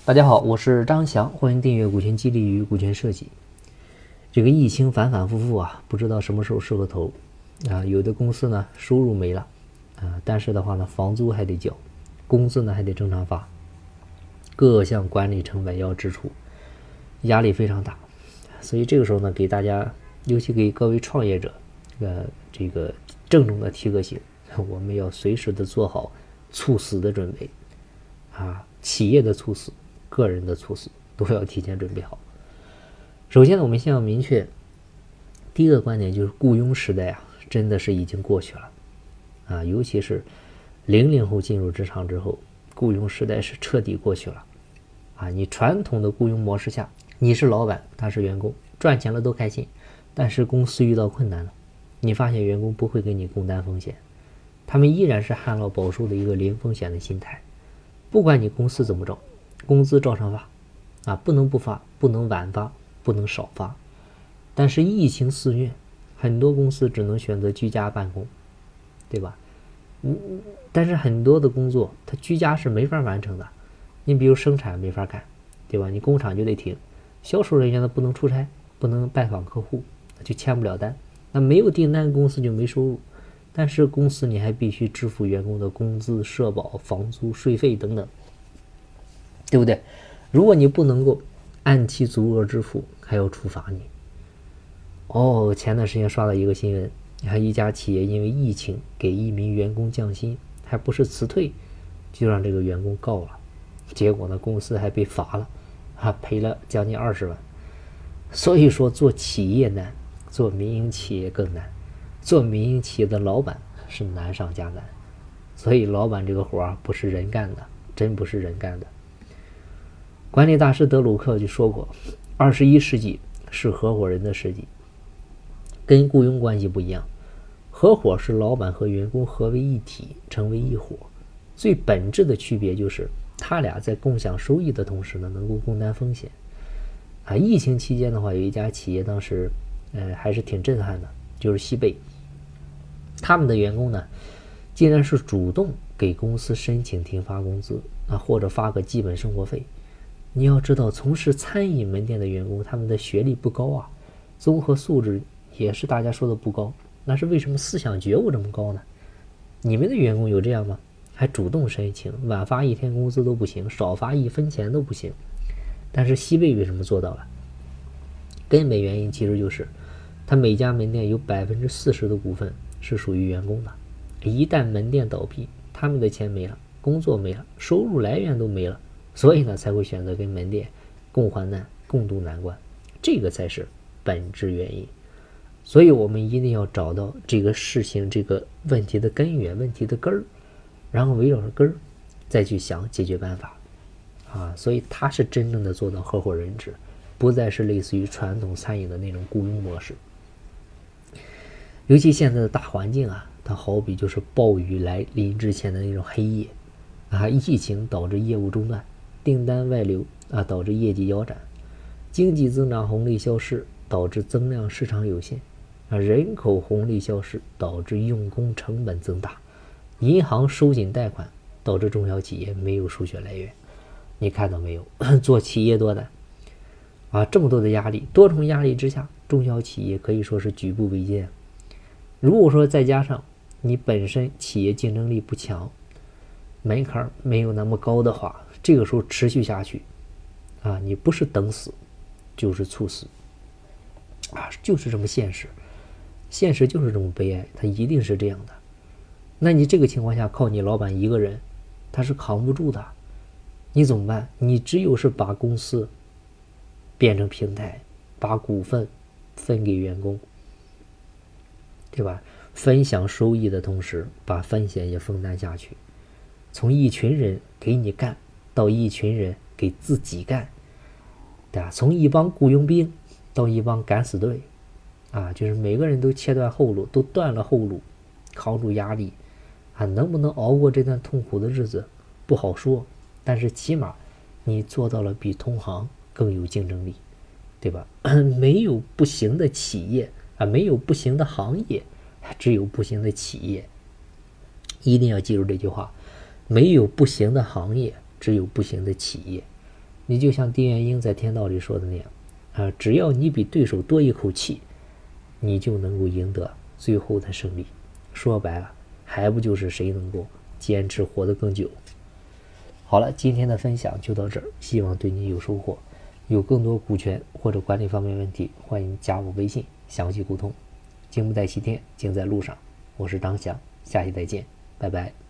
大家好，我是张翔，欢迎订阅股权激励与股权设计。这个疫情反反复复啊，不知道什么时候是个头啊。有的公司呢收入没了啊，但是的话呢房租还得交，工资呢还得正常发，各项管理成本要支出，压力非常大。所以这个时候呢，给大家，尤其给各位创业者，这个郑重的提个醒，我们要随时的做好猝死的准备啊，企业的猝死。个人的猝死都要提前准备好。首先呢，我们先要明确，第一个观点就是雇佣时代啊，真的是已经过去了啊，尤其是00后进入职场之后，雇佣时代是彻底过去了啊。你传统的雇佣模式下，你是老板，他是员工，赚钱了都开心，但是公司遇到困难了，你发现员工不会给你共担风险，他们依然是旱涝保收的一个零风险的心态，不管你公司怎么着，工资照常发啊，不能不发，不能晚发，不能少发。但是疫情肆虐，很多公司只能选择居家办公，对吧？但是很多的工作它居家是没法完成的，你比如生产没法干，对吧？你工厂就得停，销售人员呢不能出差，不能拜访客户，就签不了单。那没有订单，公司就没收入。但是公司你还必须支付员工的工资、社保、房租、税费等等，对不对？如果你不能够按期足额支付，还要处罚你。前段时间刷到一个新闻，你看一家企业因为疫情给一名员工降薪，还不是辞退，就让这个员工告了，结果呢，公司还被罚了，赔了将近20万。所以说，做企业难，做民营企业更难，做民营企业的老板是难上加难。所以，老板这个活不是人干的，真不是人干的。管理大师德鲁克就说过，21世纪是合伙人的世纪，跟雇佣关系不一样。合伙是老板和员工合为一体，成为一伙，最本质的区别就是他俩在共享收益的同时呢，能够共担风险。疫情期间的话，有一家企业当时还是挺震撼的，就是西贝，他们的员工呢竟然是主动给公司申请停发工资或者发个基本生活费。你要知道，从事餐饮门店的员工，他们的学历不高啊，综合素质也是大家说的不高，那是为什么思想觉悟这么高呢？你们的员工有这样吗？还主动申请，晚发1天工资都不行，少发1分钱都不行。但是西贝为什么做到了？根本原因其实就是他每家门店有40%的股份是属于员工的，一旦门店倒闭，他们的钱没了，工作没了，收入来源都没了，所以呢才会选择跟门店共患难，共度难关，这个才是本质原因。所以我们一定要找到这个事情，这个问题的根源，问题的根儿，然后围绕着根儿再去想解决办法所以他是真正的做到合伙人制，不再是类似于传统餐饮的那种雇佣模式。尤其现在的大环境它好比就是暴雨来临之前的那种黑夜疫情导致业务中断，订单外流导致业绩腰斩，经济增长红利消失，导致增量市场有限人口红利消失，导致用工成本增大，银行收紧贷款，导致中小企业没有输血来源。你看到没有？做企业多难这么多的压力，多重压力之下，中小企业可以说是举步维艰。如果说再加上你本身企业竞争力不强，门槛没有那么高的话，这个时候持续下去你不是等死就是猝死就是这么现实，现实就是这么悲哀，它一定是这样的。那你这个情况下靠你老板一个人他是扛不住的，你怎么办？你只有是把公司变成平台，把股份分给员工，对吧？分享收益的同时把风险也分担下去，从一群人给你干到一群人给自己干，对吧？从一帮雇佣兵到一帮敢死队就是每个人都切断后路，都断了后路，扛住压力能不能熬过这段痛苦的日子不好说，但是起码你做到了比同行更有竞争力，对吧？没有不行的企业没有不行的行业，只有不行的企业。一定要记住这句话，没有不行的行业，只有不行的企业。 你就像丁元英在天道里说的那样，只要你比对手多一口气，你就能够赢得最后的胜利。说白了，还不就是谁能够坚持活得更久。好了，今天的分享就到这儿，希望对你有收获。有更多股权或者管理方面问题，欢迎加我微信详细沟通。经不在西天，尽在路上。我是张翔，下期再见，拜拜。